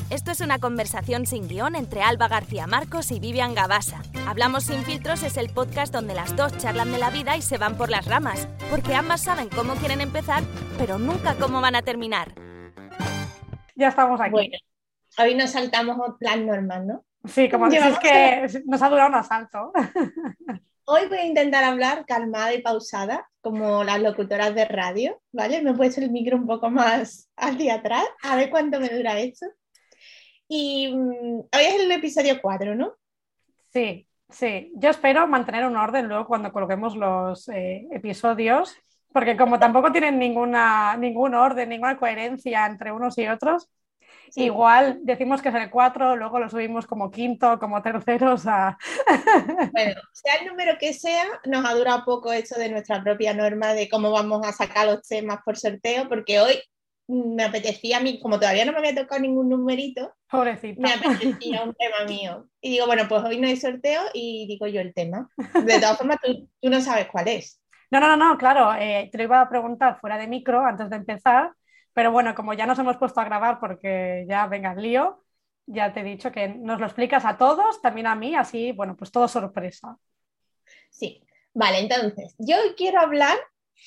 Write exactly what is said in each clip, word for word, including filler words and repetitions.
Esto es una conversación sin guión entre Alba García Marcos y Vivian Gabasa. Hablamos sin filtros es el podcast donde las dos charlan de la vida y se van por las ramas, porque ambas saben cómo quieren empezar, pero nunca cómo van a terminar. Ya estamos aquí. Bueno, hoy nos saltamos las normas, ¿no? Sí, como si es que nos ha durado un asalto. Hoy voy a intentar hablar calmada y pausada, como las locutoras de radio, ¿vale? Me he puesto el micro un poco más hacia atrás, a ver cuánto me dura esto. Y um, hoy es el episodio cuatro, ¿no? Sí, sí. Yo espero mantener un orden luego cuando coloquemos los eh, episodios, porque como tampoco tienen ninguna, ningún orden, ninguna coherencia entre unos y otros, sí. Igual decimos que es el cuatro, luego lo subimos como quinto, como tercero, o sea... Bueno, sea el número que sea, nos ha durado poco esto de nuestra propia norma de cómo vamos a sacar los temas por sorteo, porque hoy me apetecía a mí, como todavía no me había tocado ningún numerito, pobrecita, me apetecía un tema mío. Y digo, bueno, pues hoy no hay sorteo y digo yo el tema. De todas formas, tú, tú no sabes cuál es. No, no, no, no claro, eh, te lo iba a preguntar fuera de micro antes de empezar, pero bueno, como ya nos hemos puesto a grabar porque ya venga el lío, ya te he dicho que nos lo explicas a todos, también a mí, así, bueno, pues todo sorpresa. Sí, vale, entonces, yo hoy quiero hablar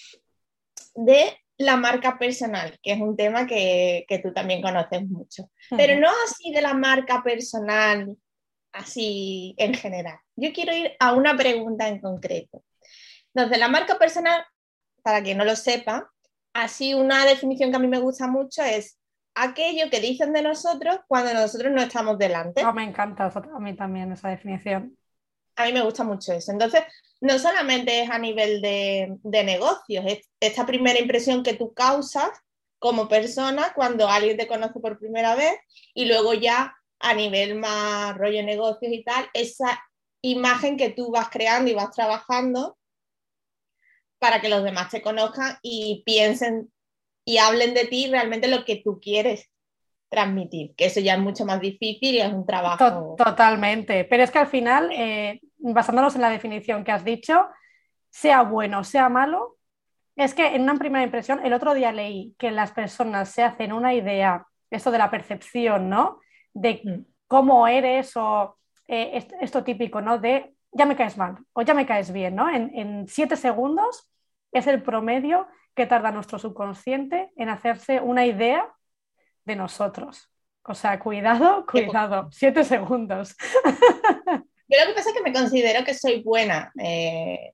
de la marca personal, que es un tema que, que tú también conoces mucho, uh-huh. Pero no así de la marca personal, así en general. Yo quiero ir a una pregunta en concreto. Entonces, la marca personal, para quien no lo sepa, así una definición que a mí me gusta mucho es aquello que dicen de nosotros cuando nosotros no estamos delante. Oh, me encanta a mí también esa definición. A mí me gusta mucho eso. Entonces, no solamente es a nivel de, de negocios, es esta primera impresión que tú causas como persona cuando alguien te conoce por primera vez y luego ya a nivel más rollo negocios y tal, esa imagen que tú vas creando y vas trabajando para que los demás te conozcan y piensen y hablen de ti realmente lo que tú quieres transmitir, que eso ya es mucho más difícil y es un trabajo... Totalmente, pero es que al final, eh, basándonos en la definición que has dicho, sea bueno, sea malo, es que en una primera impresión, el otro día leí que las personas se hacen una idea, esto de la percepción, ¿no? De mm. cómo eres o eh, esto, esto típico, ¿no? De ya me caes mal o ya me caes bien, ¿no? En, en siete segundos es el promedio que tarda nuestro subconsciente en hacerse una idea de nosotros. O sea, cuidado, cuidado, siete segundos. Yo lo que pasa es que me considero que soy buena, eh,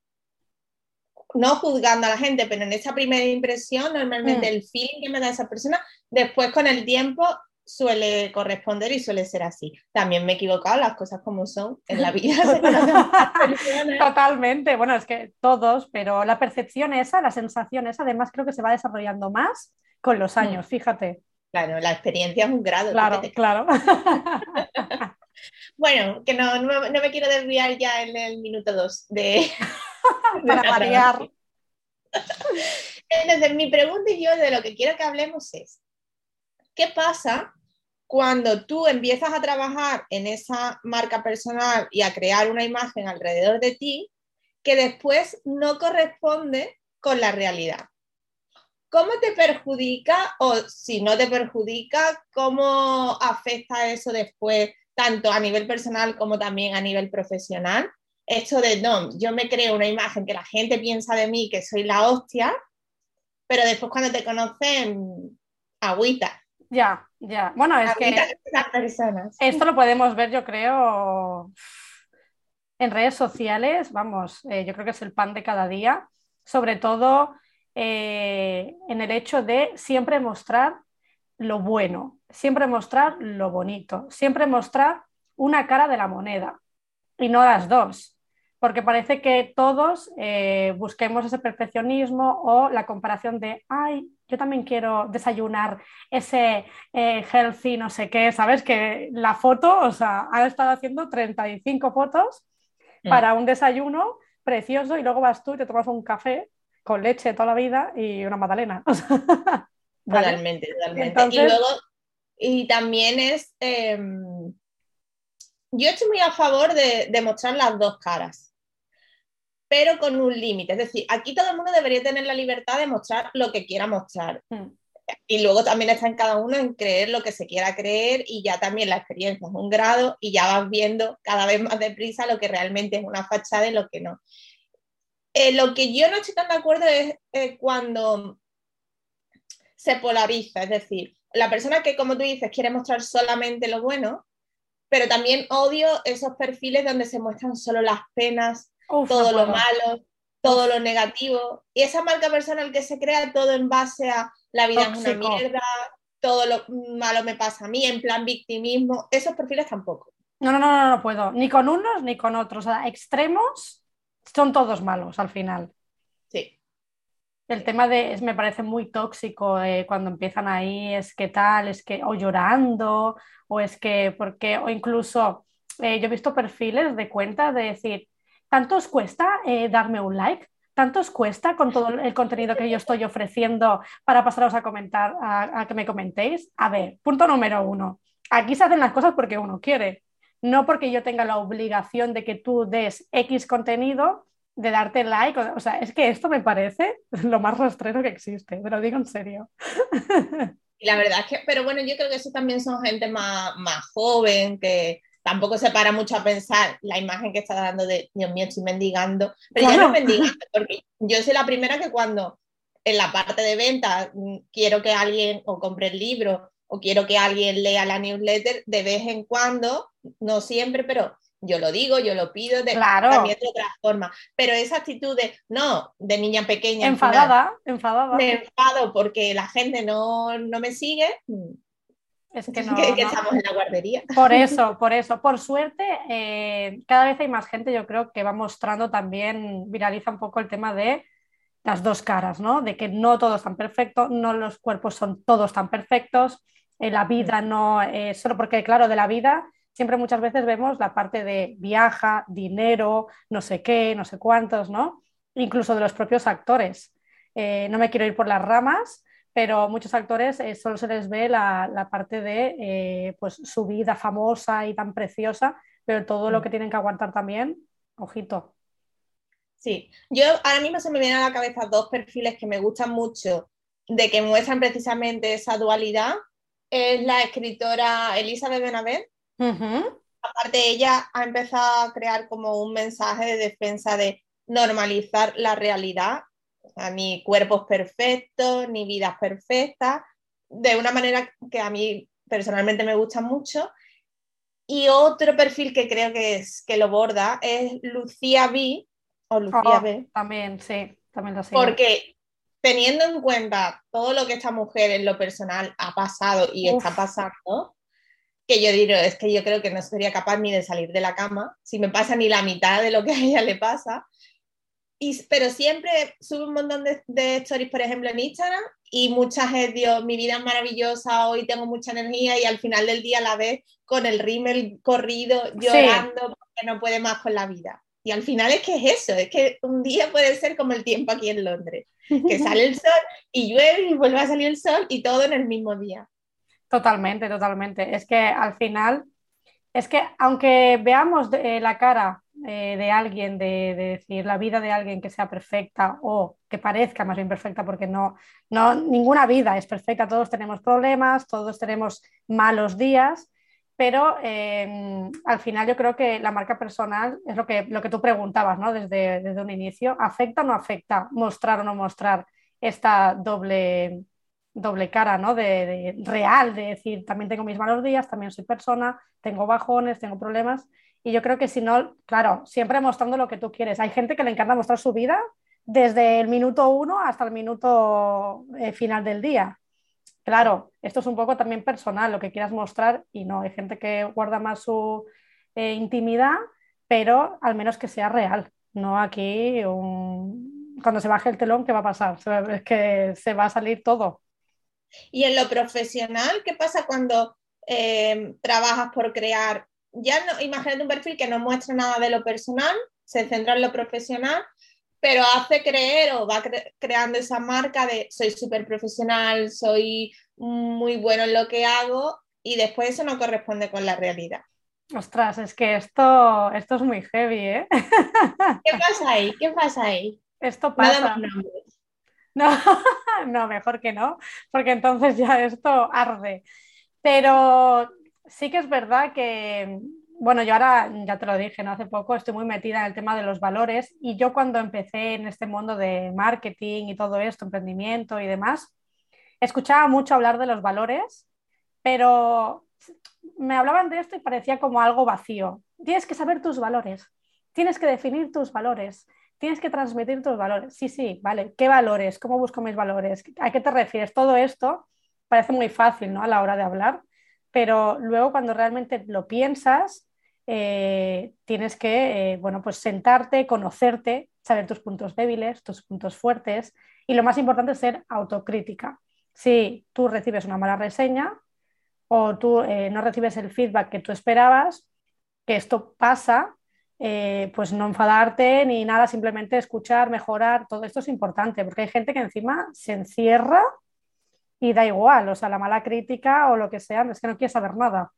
no juzgando a la gente, pero en esa primera impresión, normalmente mm. el feeling que me da esa persona, después con el tiempo suele corresponder y suele ser así. También me he equivocado, las cosas como son en la vida. Totalmente, bueno, es que todos, pero la percepción esa, la sensación esa, además creo que se va desarrollando más con los años, mm. fíjate. Claro, la experiencia es un grado. Claro, te... claro. Bueno, que no, no, no me quiero desviar ya en el minuto dos de... Para de variar. Entonces, mi pregunta y yo de lo que quiero que hablemos es, ¿qué pasa cuando tú empiezas a trabajar en esa marca personal y a crear una imagen alrededor de ti que después no corresponde con la realidad? ¿Cómo te perjudica o si no te perjudica, cómo afecta eso después, tanto a nivel personal como también a nivel profesional? Esto de, no, yo me creo una imagen que la gente piensa de mí que soy la hostia, pero después cuando te conocen, agüita. Ya, ya. Bueno, es agüita que las personas. Esto lo podemos ver, yo creo, en redes sociales, vamos, eh, yo creo que es el pan de cada día, sobre todo... Eh, en el hecho de siempre mostrar lo bueno, siempre mostrar lo bonito, siempre mostrar una cara de la moneda y no las dos, porque parece que todos eh, busquemos ese perfeccionismo o la comparación de, ay, yo también quiero desayunar ese eh, healthy no sé qué, ¿sabes? Que la foto, o sea, ha estado haciendo treinta y cinco fotos mm. para un desayuno precioso y luego vas tú y te tomas un café con leche toda la vida y una magdalena. ¿Vale? Totalmente, totalmente. Entonces... Y luego, y también es, eh, yo estoy muy a favor de, de mostrar las dos caras, pero con un límite. Es decir, aquí todo el mundo debería tener la libertad de mostrar lo que quiera mostrar. Mm. Y luego también está en cada uno en creer lo que se quiera creer y ya también la experiencia es un grado y ya vas viendo cada vez más deprisa lo que realmente es una fachada y lo que no. Eh, lo que yo no estoy tan de acuerdo es eh, cuando se polariza, es decir, la persona que, como tú dices, quiere mostrar solamente lo bueno, pero también odio esos perfiles donde se muestran solo las penas, Uf, todo no lo malo, todo Uf. lo negativo, y esa marca personal que se crea todo en base a la vida Tóxico. Es una mierda, todo lo malo me pasa a mí, en plan victimismo, esos perfiles tampoco. No, no, no, no, no puedo, ni con unos ni con otros, o sea, extremos son todos malos al final. Sí. El tema de, es, me parece muy tóxico eh, cuando empiezan ahí, es que tal, es que, o llorando, o es que, porque, o incluso, eh, yo he visto perfiles de cuentas de decir, ¿tanto os cuesta eh, darme un like? ¿Tanto os cuesta con todo el contenido que yo estoy ofreciendo para pasaros a comentar, a, a que me comentéis? A ver, punto número uno, aquí se hacen las cosas porque uno quiere, no porque yo tenga la obligación de que tú des X contenido, de darte like, o sea, es que esto me parece lo más rastrero que existe, te lo digo en serio. Y la verdad es que, pero bueno, yo creo que eso también son gente más, más joven, que tampoco se para mucho a pensar la imagen que está dando de, Dios mío, estoy mendigando, pero claro. Ya no es mendigando, porque yo soy la primera que cuando en la parte de venta quiero que alguien o compre el libro o quiero que alguien lea la newsletter, de vez en cuando, no siempre, pero yo lo digo, yo lo pido, de, claro. También de otra forma. Pero esa actitud de, no, de niña pequeña. Enfadada, final, enfadada. Me enfado porque la gente no, no me sigue. Es que no. que, que no. estamos en la guardería. Por eso, por eso. Por suerte, eh, cada vez hay más gente, yo creo, que va mostrando también, viraliza un poco el tema de las dos caras, ¿no? De que no todos están perfectos, no los cuerpos son todos tan perfectos, eh, la vida no es solo porque, claro, de la vida siempre muchas veces vemos la parte de viaja, dinero, no sé qué, no sé cuántos, ¿no? Incluso de los propios actores. Eh, no me quiero ir por las ramas, pero muchos actores eh, solo se les ve la, la parte de eh, pues, su vida famosa y tan preciosa, pero todo lo que tienen que aguantar también, ojito. Sí, yo ahora mismo se me vienen a la cabeza dos perfiles que me gustan mucho, de que muestran precisamente esa dualidad. Es la escritora Elizabeth Benavent. Uh-huh. Aparte, ella ha empezado a crear como un mensaje de defensa de normalizar la realidad, o sea, ni cuerpos perfectos, ni vidas perfectas, de una manera que a mí personalmente me gusta mucho. Y otro perfil que creo que, es, que lo borda es Lucía B, o Lucía oh, B. También, sí, también lo sigo. Porque teniendo en cuenta todo lo que esta mujer en lo personal ha pasado y Uf. está pasando, que yo digo, es que yo creo que no sería capaz ni de salir de la cama, si me pasa ni la mitad de lo que a ella le pasa, y, pero siempre sube un montón de, de stories, por ejemplo, en Instagram, y muchas es, Dios, mi vida es maravillosa, hoy tengo mucha energía, y al final del día la ves con el rímel corrido, llorando, sí. porque no puede más con la vida. Y al final es que es eso, es que un día puede ser como el tiempo aquí en Londres, que sale el sol y llueve y vuelve a salir el sol y todo en el mismo día. Totalmente, totalmente. Es que al final, es que aunque veamos de, eh, la cara eh, de alguien, de, de decir la vida de alguien que sea perfecta o que parezca más bien perfecta, porque no, no, ninguna vida es perfecta, todos tenemos problemas, todos tenemos malos días, pero eh, al final yo creo que la marca personal es lo que, lo que tú preguntabas, ¿no? Desde, desde un inicio, ¿afecta o no afecta mostrar o no mostrar esta doble... doble cara, ¿no? De, de real, de decir, también tengo mis malos días, también soy persona, tengo bajones, tengo problemas, y yo creo que si no, claro, siempre mostrando lo que tú quieres. Hay gente que le encanta mostrar su vida desde el minuto uno hasta el minuto eh, final del día. Claro, esto es un poco también personal, lo que quieras mostrar, y no, hay gente que guarda más su eh, intimidad, pero al menos que sea real, no aquí un... cuando se baje el telón, ¿qué va a pasar? Es que se va a salir todo. Y en lo profesional, ¿qué pasa cuando eh, trabajas por crear? Ya no, imagínate un perfil que no muestra nada de lo personal, se centra en lo profesional, pero hace creer o va cre- creando esa marca de soy súper profesional, soy muy bueno en lo que hago, y después eso no corresponde con la realidad. Ostras, es que esto, esto es muy heavy, ¿eh? ¿Qué pasa ahí? ¿Qué pasa ahí? Esto pasa. No, No, No, mejor que no, porque entonces ya esto arde. Pero sí que es verdad que, bueno, yo ahora, ya te lo dije, ¿no? Hace poco estoy muy metida en el tema de los valores y yo cuando empecé en este mundo de marketing y todo esto, emprendimiento y demás, escuchaba mucho hablar de los valores, pero me hablaban de esto y parecía como algo vacío. Tienes que saber tus valores, tienes que definir tus valores, tienes que transmitir tus valores. Sí, sí, vale. ¿Qué valores? ¿Cómo busco mis valores? ¿A qué te refieres? Todo esto parece muy fácil, ¿no? A la hora de hablar, pero luego cuando realmente lo piensas, eh, tienes que, eh, bueno, pues sentarte, conocerte, saber tus puntos débiles, tus puntos fuertes y lo más importante es ser autocrítica. Si tú recibes una mala reseña o tú eh, no recibes el feedback que tú esperabas, que esto pasa, eh, pues no enfadarte ni nada, simplemente escuchar, mejorar, todo esto es importante, porque hay gente que encima se encierra y da igual, o sea, la mala crítica o lo que sea, es que no quiere saber nada.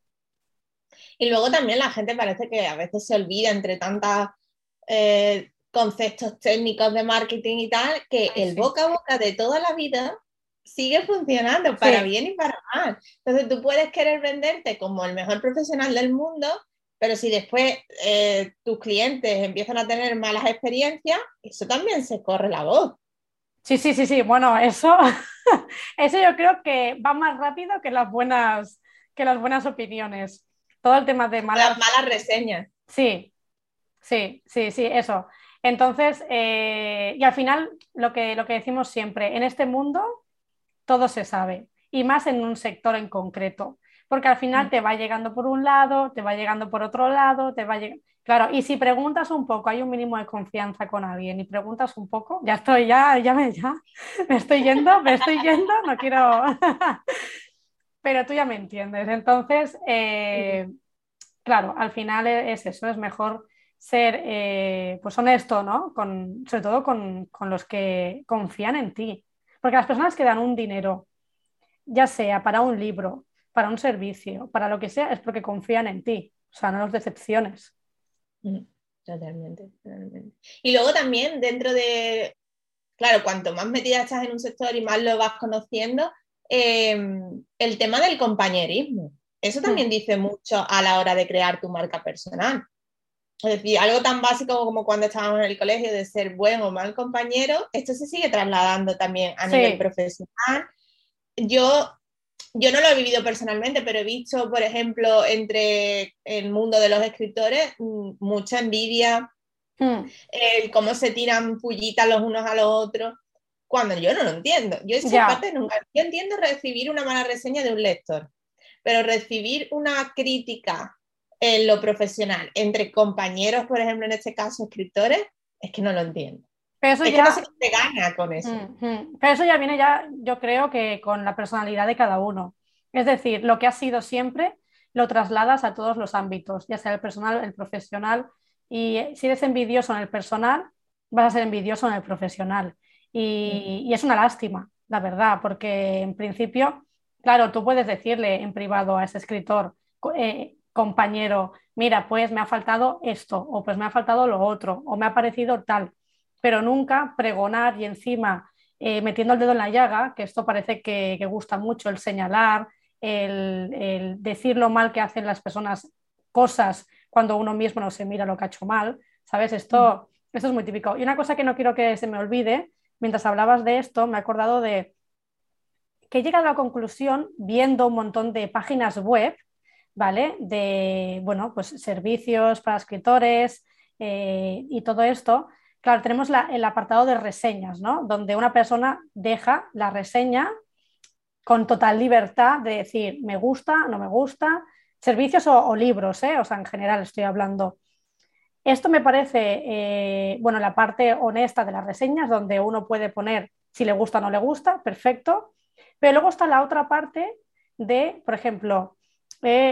Y luego también la gente parece que a veces se olvida entre tantos eh, conceptos técnicos de marketing y tal, que Ay, el sí. boca a boca de toda la vida sigue funcionando para Sí. bien y para mal. Entonces tú puedes querer venderte como el mejor profesional del mundo, pero si después eh, tus clientes empiezan a tener malas experiencias, eso también se corre la voz. Sí, sí, sí, sí. Bueno, eso, eso yo creo que va más rápido que las buenas, que las buenas opiniones. Todo el tema de Las malas. malas reseñas. Sí, sí, sí, sí, eso. Entonces, eh, y al final, lo que, lo que decimos siempre, en este mundo todo se sabe, y más en un sector en concreto, porque al final te va llegando por un lado, te va llegando por otro lado, te va llegando. Claro, y si preguntas un poco, hay un mínimo de confianza con alguien y preguntas un poco, ya estoy, ya, ya me, ya me estoy yendo, me estoy yendo, no quiero, pero tú ya me entiendes. Entonces, eh, claro, al final es eso, es mejor ser eh, pues honesto, ¿no? Con, sobre todo con, con los que confían en ti. Porque las personas que dan un dinero, ya sea para un libro, para un servicio, para lo que sea, es porque confían en ti. O sea, no los decepciones. Totalmente, totalmente. Y luego también dentro de, claro, cuanto más metida estás en un sector y más lo vas conociendo, eh, el tema del compañerismo. Eso también Mm. dice mucho a la hora de crear tu marca personal. Es decir, algo tan básico como cuando estábamos en el colegio de ser buen o mal compañero, esto se sigue trasladando también a Sí. nivel profesional. Yo, yo no lo he vivido personalmente, pero he visto, por ejemplo, entre el mundo de los escritores, mucha envidia, Mm. el cómo se tiran pullitas los unos a los otros, cuando yo no lo entiendo. Yo esa Ya. parte nunca. Yo entiendo recibir una mala reseña de un lector, pero recibir una crítica en lo profesional entre compañeros, por ejemplo, en este caso escritores, es que no lo entiendo. Pero eso es ya... que no sé qué te gana con eso. Mm, mm. Pero eso ya viene ya, yo creo que con la personalidad de cada uno. Es decir, lo que has sido siempre lo trasladas a todos los ámbitos, ya sea el personal, el profesional. Y si eres envidioso en el personal, vas a ser envidioso en el profesional. Y, y es una lástima, la verdad, porque en principio, claro, tú puedes decirle en privado a ese escritor, co- eh, compañero, mira, pues me ha faltado esto, o pues me ha faltado lo otro, o me ha parecido tal, pero nunca pregonar y encima eh, metiendo el dedo en la llaga, que esto parece que, que gusta mucho, el señalar, el, el decir lo mal que hacen las personas cosas cuando uno mismo no se mira lo que ha hecho mal, ¿sabes? Esto, esto es muy típico. Y una cosa que no quiero que se me olvide, mientras hablabas de esto, me he acordado de que he llegado a la conclusión, viendo un montón de páginas web, ¿vale? De, bueno, pues servicios para escritores eh, y todo esto. Claro, tenemos la, el apartado de reseñas, ¿no? Donde una persona deja la reseña con total libertad de decir, me gusta, no me gusta, servicios o, o libros, ¿eh? O sea, en general estoy hablando. Esto me parece, eh, bueno, la parte honesta de las reseñas, donde uno puede poner si le gusta o no le gusta, perfecto. Pero luego está la otra parte de, por ejemplo, eh,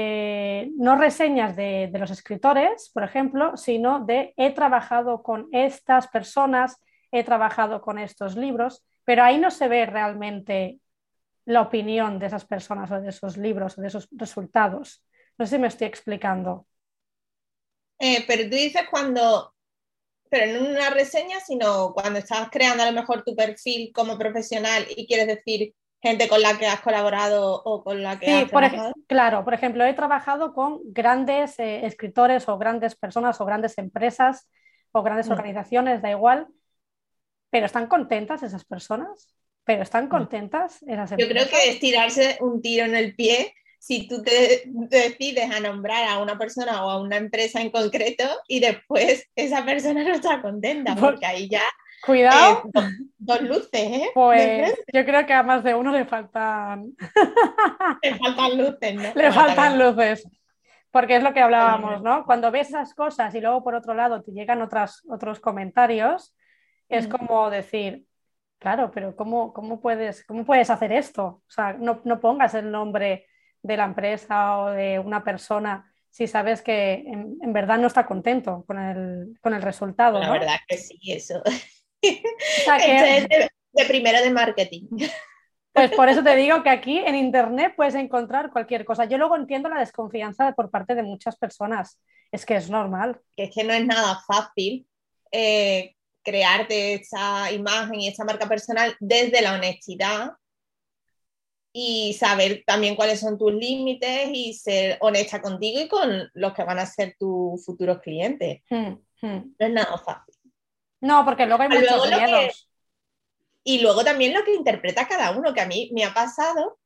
eh, no reseñas de, de los escritores, por ejemplo, sino de he trabajado con estas personas, he trabajado con estos libros, pero ahí no se ve realmente la opinión de esas personas o de esos libros o de esos resultados. No sé si me estoy explicando. Eh, pero tú dices cuando pero no en una reseña, sino cuando estás creando a lo mejor tu perfil como profesional y quieres decir gente con la que has colaborado o con la que Sí, has por trabajado. ej- claro, por ejemplo, he trabajado con grandes eh, escritores o grandes personas o grandes empresas o grandes Mm, organizaciones, da igual, pero ¿están contentas esas personas? ¿Pero están no. contentas esas Yo creo empresas? que es tirarse un tiro en el pie si tú te decides a nombrar a una persona o a una empresa en concreto y después esa persona no está contenta, Por- porque ahí ya eh, Cuidado, dos, dos luces, ¿eh? De pues frente. yo creo que a más de uno le faltan, Te faltan luces, ¿no? le No, también faltan luces. Porque es lo que hablábamos, también. ¿no? Cuando ves esas cosas y luego por otro lado te llegan otras, otros comentarios, es Mm. como decir, claro, pero ¿cómo, cómo puedes, cómo puedes hacer esto? O sea, no, no pongas el nombre de la empresa o de una persona si sabes que en, en verdad no está contento con el, con el resultado, La ¿no? verdad es que sí, eso. O sea, Esto que es de, de primero de marketing. pues por eso te digo que aquí en Internet puedes encontrar cualquier cosa. Yo luego entiendo la desconfianza por parte de muchas personas. Es que es normal. Que es que no es nada fácil eh, crearte esa imagen y esa marca personal desde la honestidad y saber también cuáles son tus límites y ser honesta contigo y con los que van a ser tus futuros clientes. Hmm, hmm. No es nada fácil. No, porque luego hay Luego muchos lo que, miedos. y luego también lo que interpreta cada uno, que a mí me ha pasado.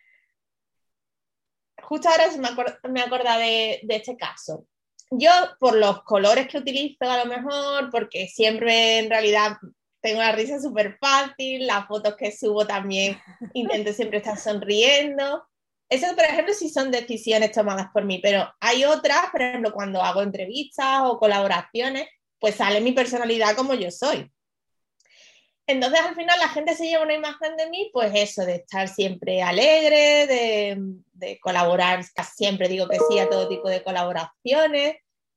Justo ahora me, acord me acorda de, de este caso. Yo, por los colores que utilizo, a lo mejor, porque siempre en realidad tengo la risa súper fácil, las fotos que subo también intento siempre estar sonriendo. Eso, por ejemplo, sí son decisiones tomadas por mí, pero hay otras, por ejemplo, cuando hago entrevistas o colaboraciones, pues sale mi personalidad como yo soy. Entonces, al final, la gente se lleva una imagen de mí, pues eso, de estar siempre alegre, de, de colaborar, casi siempre digo que sí a todo tipo de colaboraciones.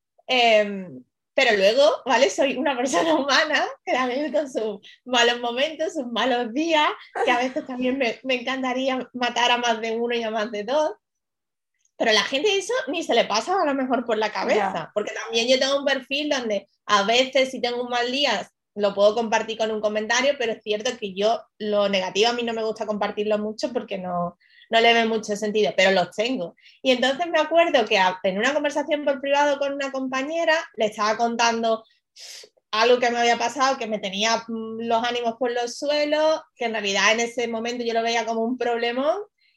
Eh, pero luego, ¿vale? Soy una persona humana que también con sus malos momentos, sus malos días, que a veces también me, me encantaría matar a más de uno y a más de dos. Pero la gente eso ni se le pasa a lo mejor por la cabeza, Ya. porque también yo tengo un perfil donde a veces si tengo un mal día lo puedo compartir con un comentario, pero es cierto que yo lo negativo a mí no me gusta compartirlo mucho porque no, no le ve mucho sentido, pero los tengo. Y entonces me acuerdo que en una conversación por privado con una compañera le estaba contando algo que me había pasado, que me tenía los ánimos por los suelos, que en realidad en ese momento yo lo veía como un problemón.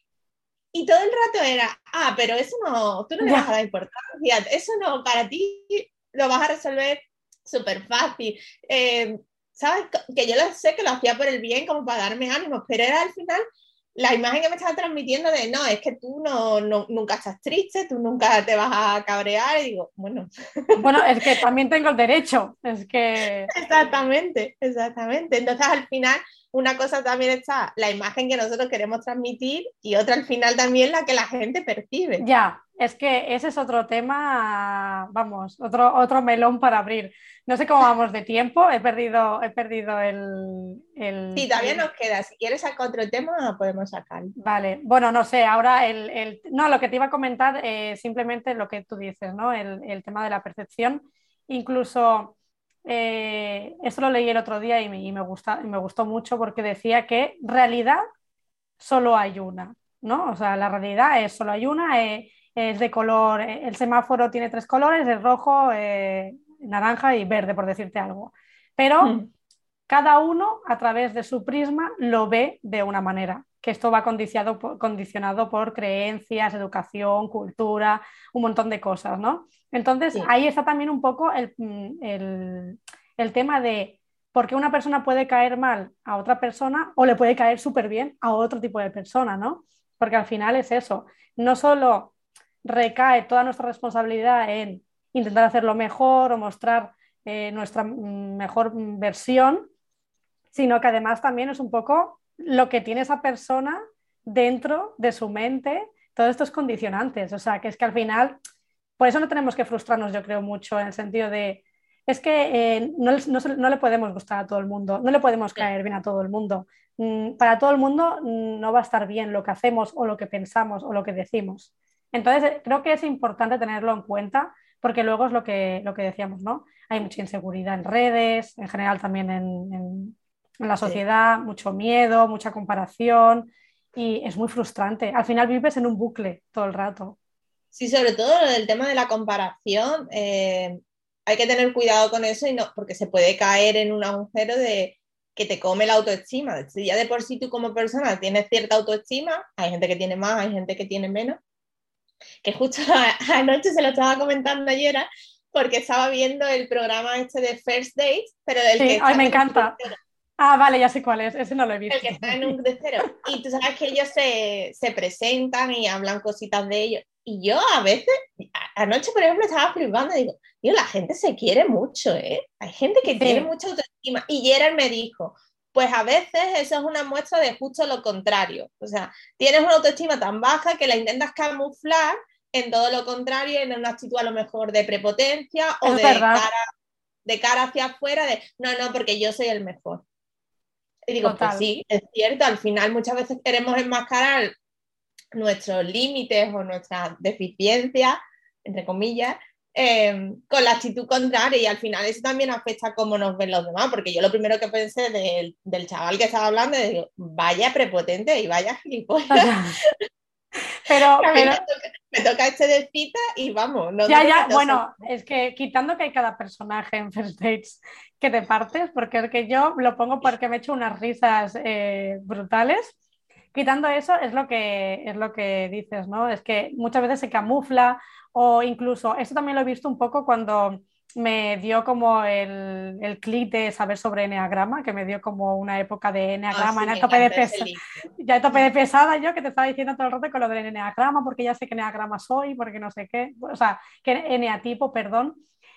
Y todo el rato era, ah, pero eso no, tú no le vas a dar importancia, eso no, para ti lo vas a resolver súper fácil. Eh, ¿Sabes? Que yo lo sé que lo hacía por el bien, como para darme ánimos, pero era al final la imagen que me estaba transmitiendo de, no, es que tú no, no, nunca estás triste, tú nunca te vas a cabrear, y digo, bueno. Bueno, es que también tengo el derecho, es que... Exactamente, exactamente. Entonces al final una cosa también está la imagen que nosotros queremos transmitir y otra al final también la que la gente percibe. Ya, es que ese es otro tema, vamos, otro, otro melón para abrir. No sé cómo vamos de tiempo, he perdido, he perdido el, el... Sí, todavía nos queda. Si quieres sacar otro tema, podemos sacarlo. Vale, bueno, no sé, ahora el, el... No, lo que te iba a comentar, eh, simplemente lo que tú dices, ¿no? El, el tema de la percepción. Incluso, eh, esto lo leí el otro día y me, y me gusta, y me gustó mucho porque decía que realidad solo hay una, ¿no? O sea, la realidad es solo hay una, eh, es de color, eh, el semáforo tiene tres colores, el rojo, eh, naranja y verde, por decirte algo. Pero Mm. cada uno, a través de su prisma, lo ve de una manera, que esto va condicionado por, condicionado por creencias, educación, cultura, un montón de cosas, ¿no? Entonces, Sí. ahí está también un poco el, el, el tema de por qué una persona puede caer mal a otra persona o le puede caer súper bien a otro tipo de persona, ¿no? Porque al final es eso, no solo recae toda nuestra responsabilidad en intentar hacerlo mejor o mostrar eh, nuestra mejor versión, sino que además también es un poco lo que tiene esa persona dentro de su mente, todos estos condicionantes. O sea, que es que al final, por eso no tenemos que frustrarnos, yo creo, mucho en el sentido de, es que eh, no, no, no le podemos gustar a todo el mundo, no le podemos caer bien a todo el mundo. Para todo el mundo no va a estar bien lo que hacemos o lo que pensamos o lo que decimos. Entonces, creo que es importante tenerlo en cuenta porque luego es lo que, lo que decíamos, ¿no? Hay mucha inseguridad en redes, en general también en, en, en la Sí. sociedad, mucho miedo, mucha comparación y es muy frustrante. Al final vives en un bucle todo el rato. Sí, sobre todo el tema de la comparación, eh, hay que tener cuidado con eso y no, porque se puede caer en un agujero de que te come la autoestima. Si ya de por sí tú como persona tienes cierta autoestima, hay gente que tiene más, hay gente que tiene menos, que justo a, anoche se lo estaba comentando ayer, porque estaba viendo el programa este de First Dates, pero del Sí, que ay, está me en un encanta. Ah, vale, ya sé cuál es, ese no lo he el visto. que está en un crucero. Y tú sabes que ellos se, se presentan y hablan cositas de ellos. Y yo a veces, a, anoche por ejemplo, estaba flipando y digo, tío, la gente se quiere mucho, ¿eh? Hay gente que tiene Sí, mucha autoestima. Y Gerard me dijo, pues a veces eso es una muestra de justo lo contrario. O sea, tienes una autoestima tan baja que la intentas camuflar en todo lo contrario, en una actitud a lo mejor de prepotencia o es de verdad, cara, de cara hacia afuera, de no, no, porque yo soy el mejor. Y digo, pues total. sí, es cierto, al final muchas veces queremos enmascarar nuestros límites o nuestras deficiencias, entre comillas, eh, con la actitud contraria y al final eso también afecta a cómo nos ven los demás, porque yo lo primero que pensé del, del chaval que estaba hablando es, digo, vaya prepotente y vaya gilipollas. O sea, pero, A mí pero, me toca, me toca este de cita y vamos, no ya, dura ya, ni dos bueno, segundos. es que quitando que hay cada personaje en First Dates que te partes, porque es que yo lo pongo porque me he hecho unas risas eh, brutales. Quitando eso es lo que es lo que dices, ¿no? Es que muchas veces se camufla o incluso, esto también lo he visto un poco cuando me dio como el, el clic de saber sobre eneagrama, que me dio como una época de Ah, eneagrama sí, en me el tope de encanta ese pesa, libro. ya el tope de pesada yo que te estaba diciendo todo el rato con lo del eneagrama, porque ya sé que eneagrama soy, porque no sé qué, o sea, que eneatipo, perdón.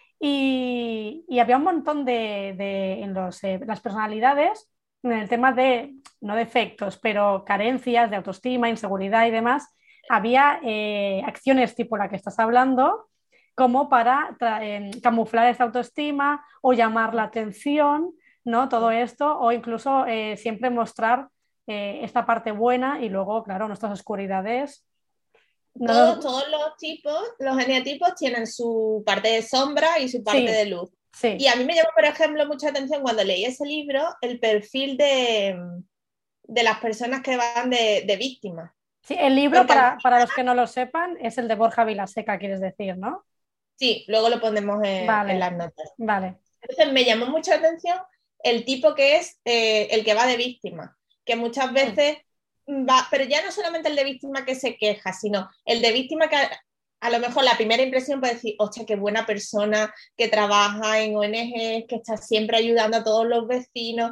Y, y había un montón de, de en los, eh, las personalidades, en el tema de, no defectos, pero carencias de autoestima, inseguridad y demás, había eh, acciones tipo la que estás hablando, como para eh, camuflar esa autoestima o llamar la atención, ¿no? Todo esto, o incluso eh, siempre mostrar eh, esta parte buena y luego, claro, nuestras oscuridades. No Todos, nos... todos los tipos, los eneatipos tienen su parte de sombra y su parte Sí, de luz. sí. Y a mí me llamó, por ejemplo, mucha atención cuando leí ese libro el perfil de, de las personas que van de, de víctimas. Sí, el libro, Porque al para, para final, los que no lo sepan, es el de Borja Vilaseca, quieres decir, ¿no? sí, luego lo ponemos en, en Vale, las notas. vale. Entonces me llamó mucha atención el tipo que es eh, el que va de víctima, que muchas Mm. veces va, pero ya no solamente el de víctima que se queja, sino el de víctima que a, a lo mejor la primera impresión puede decir, hostia, qué buena persona que trabaja en O N Ges, que está siempre ayudando a todos los vecinos,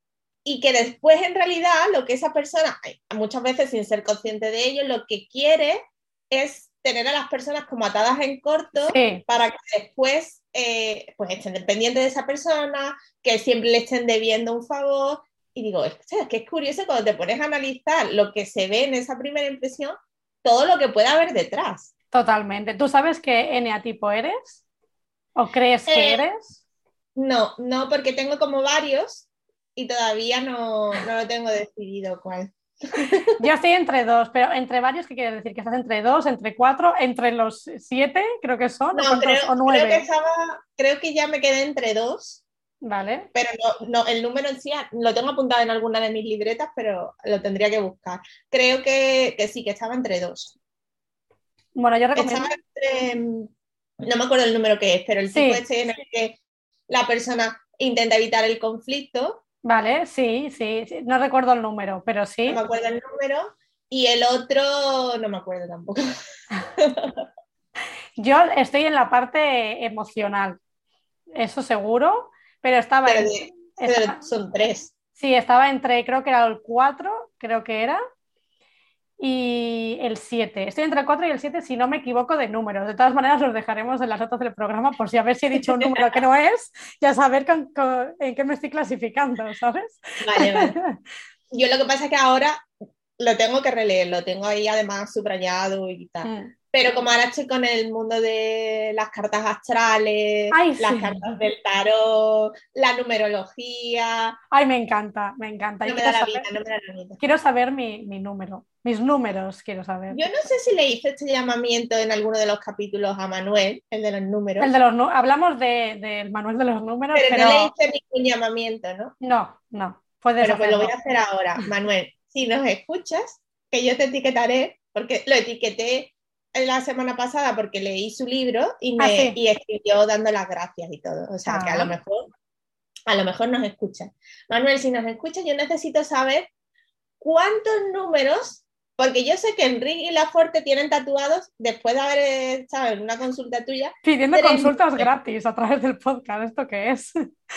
y que después en realidad lo que esa persona, muchas veces sin ser consciente de ello, lo que quiere es tener a las personas como atadas en corto Sí, para que después eh, pues estén dependientes de esa persona, que siempre le estén debiendo un favor. Y digo, es que es curioso cuando te pones a analizar lo que se ve en esa primera impresión, todo lo que puede haber detrás. totalmente. ¿Tú sabes qué eneatipo eres? ¿O crees que Eh, eres? no, no, porque tengo como varios y todavía no, no lo tengo decidido cuál. Yo estoy entre dos, pero entre varios, ¿qué quiere decir? ¿Que estás entre dos, entre cuatro, entre los siete, creo que son, o No, creo, cuántos, o creo que nueve? estaba, creo que ya me quedé entre dos, Vale. pero no, no, el número en sí lo tengo apuntado en alguna de mis libretas, pero lo tendría que buscar. Creo que, que sí, que estaba entre dos. Bueno, yo Estaba recomiendo. entre, no me acuerdo el número que es, pero el tipo Sí, este en el que la persona intenta evitar el conflicto, vale, sí, sí, sí. No recuerdo el número, pero no me sí. acuerdo el número, y el otro no me acuerdo tampoco. Yo estoy en la parte emocional, eso seguro, pero estaba Pero, en, de, pero estaba, son tres. sí, estaba entre, creo que era el cuatro, creo que era, y el siete. Estoy entre el cuatro y el siete, si no me equivoco de números. De todas maneras, los dejaremos en las notas del programa por si a ver si he dicho un número que no es, ya saber con, con, en qué me estoy clasificando, ¿sabes? Vale, vale. Yo lo que pasa es que ahora lo tengo que releer, lo tengo ahí además subrayado y tal. Mm. Pero como ahora estoy con el mundo de las cartas astrales, Ay, las sí. cartas del tarot, la numerología, Ay, me encanta, me encanta. Y no me quiero da la vida, saber, no me da la vida. quiero saber mi, mi número. Mis números, quiero saber. Yo no sé si le hice este llamamiento en alguno de los capítulos a Manuel, el de los números. El de los, hablamos del de, de manual de los números, pero, pero... no le hice ningún llamamiento, ¿no? No, no, puedes Pero pues hacerlo. lo voy a hacer ahora. Manuel, si nos escuchas, que yo te etiquetaré, porque lo etiqueté la semana pasada porque leí su libro y, me, ah, ¿sí? y escribió dando las gracias y todo. O sea, ah. que a lo mejor a lo mejor nos escucha. Manuel, si nos escuchas, yo necesito saber cuántos números, porque yo sé que Enrique y Laforte tienen tatuados, después de haber estado en una consulta tuya. Pidiendo consultas números. gratis a través del podcast, ¿esto qué es?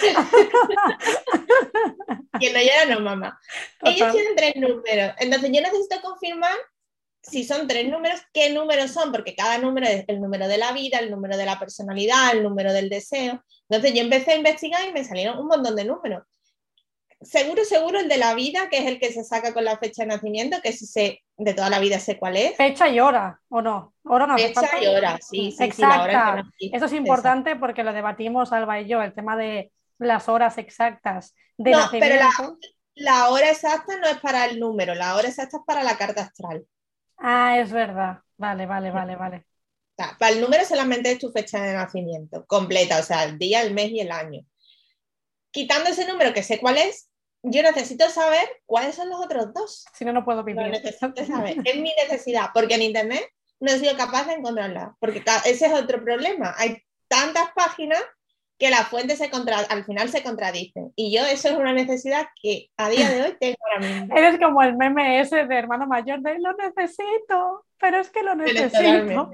Quien no llora no mama. Total. Ellos tienen tres números, entonces yo necesito confirmar si son tres números, qué números son, porque cada número es el número de la vida, el número de la personalidad, el número del deseo. Entonces yo empecé a investigar y me salieron un montón de números. Seguro, seguro el de la vida, que es el que se saca con la fecha de nacimiento, que si sé, de toda la vida sé cuál es. Fecha y hora, ¿o no? Hora no fecha y hora, sí, sí, exacta. Sí, la hora que no... Eso es importante Exacto. Porque lo debatimos Alba y yo, el tema de las horas exactas de no, nacimiento. Pero la, la hora exacta no es para el número, la hora exacta es para la carta astral. Ah, es verdad. Vale, vale, vale, vale. O sea, para el número solamente es tu fecha de nacimiento, completa, o sea, el día, el mes y el año. Quitando ese número que sé cuál es, yo necesito saber cuáles son los otros dos. Si no, no puedo vivir. Lo necesito saber. Es mi necesidad, porque en internet no he sido capaz de encontrarla, porque ese es otro problema. Hay tantas páginas que las fuentes se contra... al final se contradicen. Y yo eso es una necesidad que a día de hoy tengo ahora mismo. Eres como el meme ese de hermano mayor de lo necesito, pero es que lo necesito.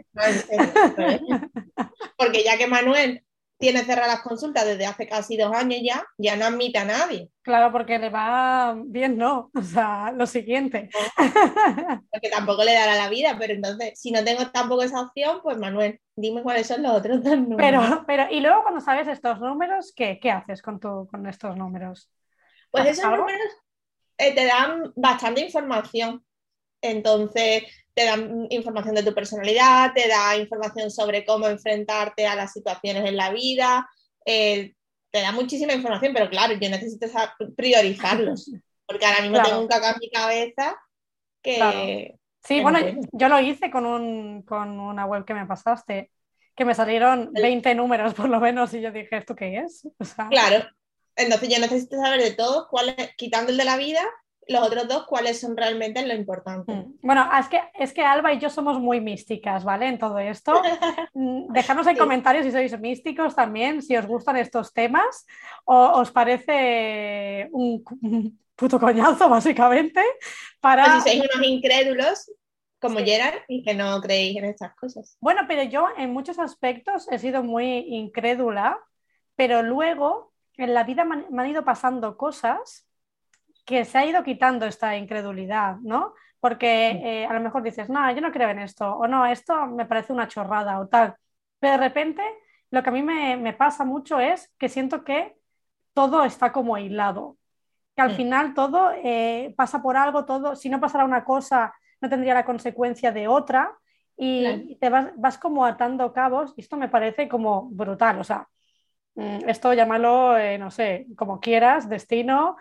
Porque ya que Manuel tiene cerradas las consultas desde hace casi dos años ya, ya no admite a nadie. Claro, porque le va bien, no, o sea, lo siguiente. No, porque tampoco le dará la vida, pero entonces, si no tengo tampoco esa opción, pues Manuel, dime cuáles son los otros dos números. Pero, pero y luego cuando sabes estos números, ¿qué, qué haces con, tu, con estos números? Pues esos algo? números eh, te dan bastante información. Entonces, te dan información de tu personalidad, te da información sobre cómo enfrentarte a las situaciones en la vida, eh, te da muchísima información, pero claro, yo necesito priorizarlos, porque ahora mismo claro. tengo un caca en mi cabeza que... Claro. Sí, que bueno, no puedo. Yo lo hice con, un, con una web que me pasaste, que me salieron veinte números por lo menos, y yo dije, ¿esto qué es? O sea... Claro, entonces yo necesito saber de todos, cuál es, quitando el de la vida, los otros dos, cuáles son realmente lo importante. Bueno, es que, es que Alba y yo somos muy místicas, ¿vale? En todo esto. Dejadnos en sí. comentarios si sois místicos también, si os gustan estos temas o os parece un, un puto coñazo, básicamente. Para... O si sois unos incrédulos, como sí. Gerard, y que no creéis en estas cosas. Bueno, pero yo en muchos aspectos he sido muy incrédula, pero luego en la vida me, me han ido pasando cosas que se ha ido quitando esta incredulidad, ¿no? Porque eh, a lo mejor dices, no, yo no creo en esto, o no, esto me parece una chorrada o tal, pero de repente lo que a mí me, me pasa mucho es que siento que todo está como hilado, que al sí. final todo eh, pasa por algo, todo, si no pasara una cosa no tendría la consecuencia de otra y claro. te vas, vas como atando cabos y esto me parece como brutal, o sea, esto llámalo, eh, no sé, como quieras, destino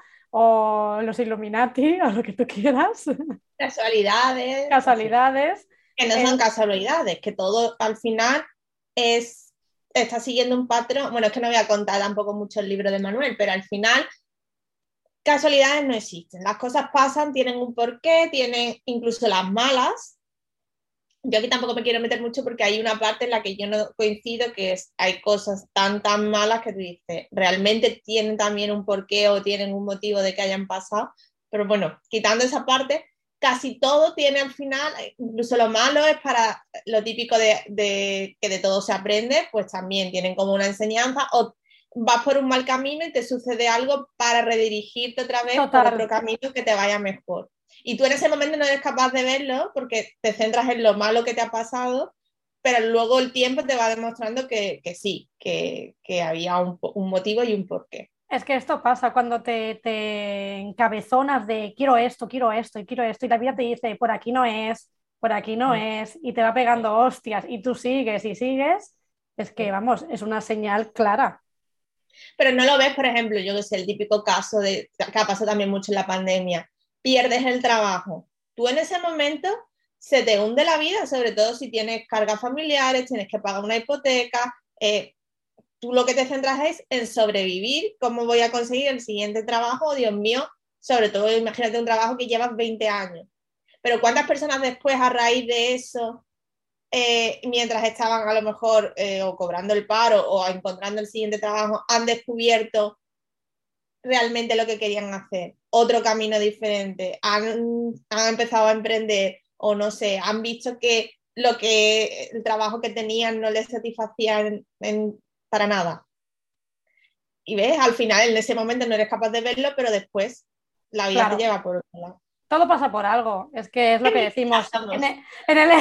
o los Illuminati, o lo que tú quieras. Casualidades. Casualidades. Que no son eh, casualidades, que todo al final es, está siguiendo un patrón. Bueno, es que no voy a contar tampoco mucho el libro de Manuel, pero al final casualidades no existen. Las cosas pasan, tienen un porqué, tienen incluso las malas. Yo aquí tampoco me quiero meter mucho porque hay una parte en la que yo no coincido, que es, hay cosas tan, tan malas que tú dices, realmente tienen también un porqué o tienen un motivo de que hayan pasado, pero bueno, quitando esa parte, casi todo tiene al final, incluso lo malo es para lo típico de, de que de todo se aprende, pues también tienen como una enseñanza, o vas por un mal camino y te sucede algo para redirigirte otra vez Total. por otro camino que te vaya mejor. Y tú en ese momento no eres capaz de verlo porque te centras en lo malo que te ha pasado, pero luego el tiempo te va demostrando que, que sí, que, que había un, un motivo y un porqué. Es que esto pasa cuando te, te encabezonas de quiero esto, quiero esto y quiero esto y la vida te dice por aquí no es, por aquí no sí. es y te va pegando hostias y tú sigues y sigues, es que vamos, es una señal clara. Pero no lo ves, por ejemplo, yo que sé, el típico caso de, que ha pasado también mucho en la pandemia. Pierdes el trabajo tú en ese momento se te hunde la vida, sobre todo si tienes cargas familiares, tienes que pagar una hipoteca, eh, tú lo que te centras es en sobrevivir, cómo voy a conseguir el siguiente trabajo, Dios mío, sobre todo imagínate un trabajo que llevas veinte años. Pero ¿cuántas personas después a raíz de eso, eh, mientras estaban a lo mejor eh, o cobrando el paro o encontrando el siguiente trabajo, han descubierto realmente lo que querían hacer? Otro camino diferente, han, han empezado a emprender o no sé, han visto que lo que el trabajo que tenían no les satisfacía en, en, para nada. Y ves, al final en ese momento no eres capaz de verlo, pero después la vida Claro. te lleva por otro lado. Todo pasa por algo, es que es lo que decimos. En el, en, el,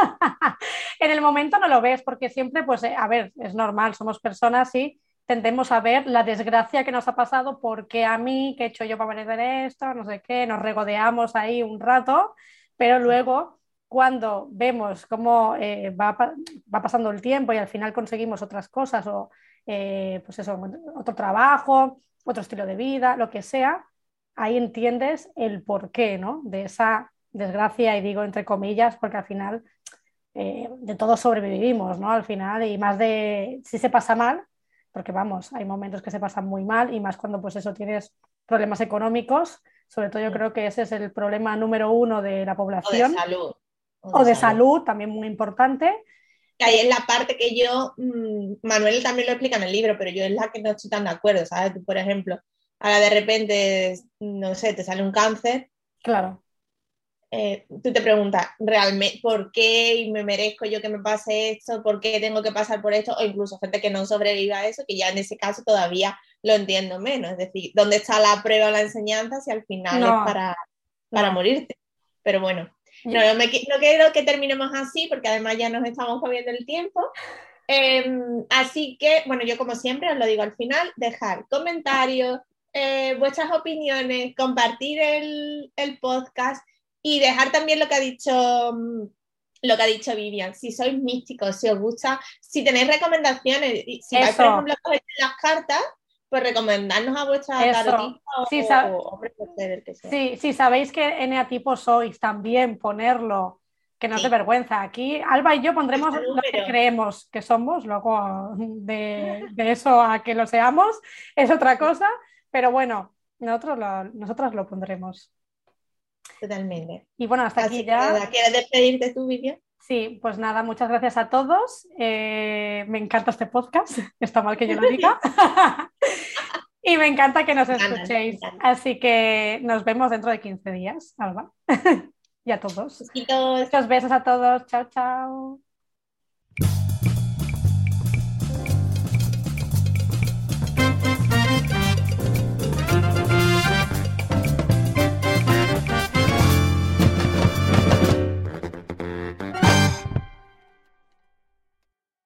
en el momento no lo ves, porque siempre, pues, a ver, es normal, somos personas y tendemos a ver la desgracia que nos ha pasado, porque a mí, ¿qué he hecho yo para merecer esto? No sé qué, nos regodeamos ahí un rato, pero luego, cuando vemos cómo eh, va, va pasando el tiempo y al final conseguimos otras cosas, o eh, pues eso, otro trabajo, otro estilo de vida, lo que sea, ahí entiendes el porqué, ¿no?, de esa desgracia, y digo entre comillas, porque al final eh, de todos sobrevivimos, ¿no? Al final, y más de si se pasa mal, porque vamos, hay momentos que se pasan muy mal, y más cuando pues eso tienes problemas económicos, sobre todo yo creo que ese es el problema número uno de la población. O de salud. O de, o de salud. salud, también muy importante. Que ahí es la parte que yo, mmm, Manuel también lo explica en el libro, pero yo es la que no estoy tan de acuerdo, ¿sabes? Tú, por ejemplo, ahora de repente, no sé, te sale un cáncer. Claro. Eh, tú te preguntas, ¿realmente por qué me merezco yo que me pase esto? ¿Por qué tengo que pasar por esto? O incluso gente que no sobreviva a eso, que ya en ese caso todavía lo entiendo menos. Es decir, ¿dónde está la prueba o la enseñanza si al final no, es para, para no. morirte? Pero bueno, no, no, me, no quiero que terminemos así, porque además ya nos estamos comiendo el tiempo. Eh, así que, bueno, yo como siempre os lo digo al final, dejar comentarios, eh, vuestras opiniones, compartir el, el podcast y dejar también lo que ha dicho lo que ha dicho Vivian, si sois místicos, si os gusta, si tenéis recomendaciones, si vais, por ejemplo, a coger las cartas, pues recomendarnos a vuestra tarotista o, sí, sab- o, o hombre, pues, el que sea. Sí, sí, sabéis que eneatipo sois, también ponerlo, que no Sí. te vergüenza. Aquí Alba y yo pondremos lo que creemos que somos, luego de, de eso a que lo seamos es otra cosa, pero bueno, nosotros lo, nosotras lo pondremos. Totalmente. Y bueno, hasta Así aquí ya. Nada, ¿quieres despedirte tú, Vivian? Sí, pues nada, muchas gracias a todos. Eh, me encanta este podcast, está mal que yo lo diga. Y me encanta que nos escuchéis. Así que nos vemos dentro de quince días, Alba. Y a todos. Besitos. Muchos besos a todos. Chao, chao.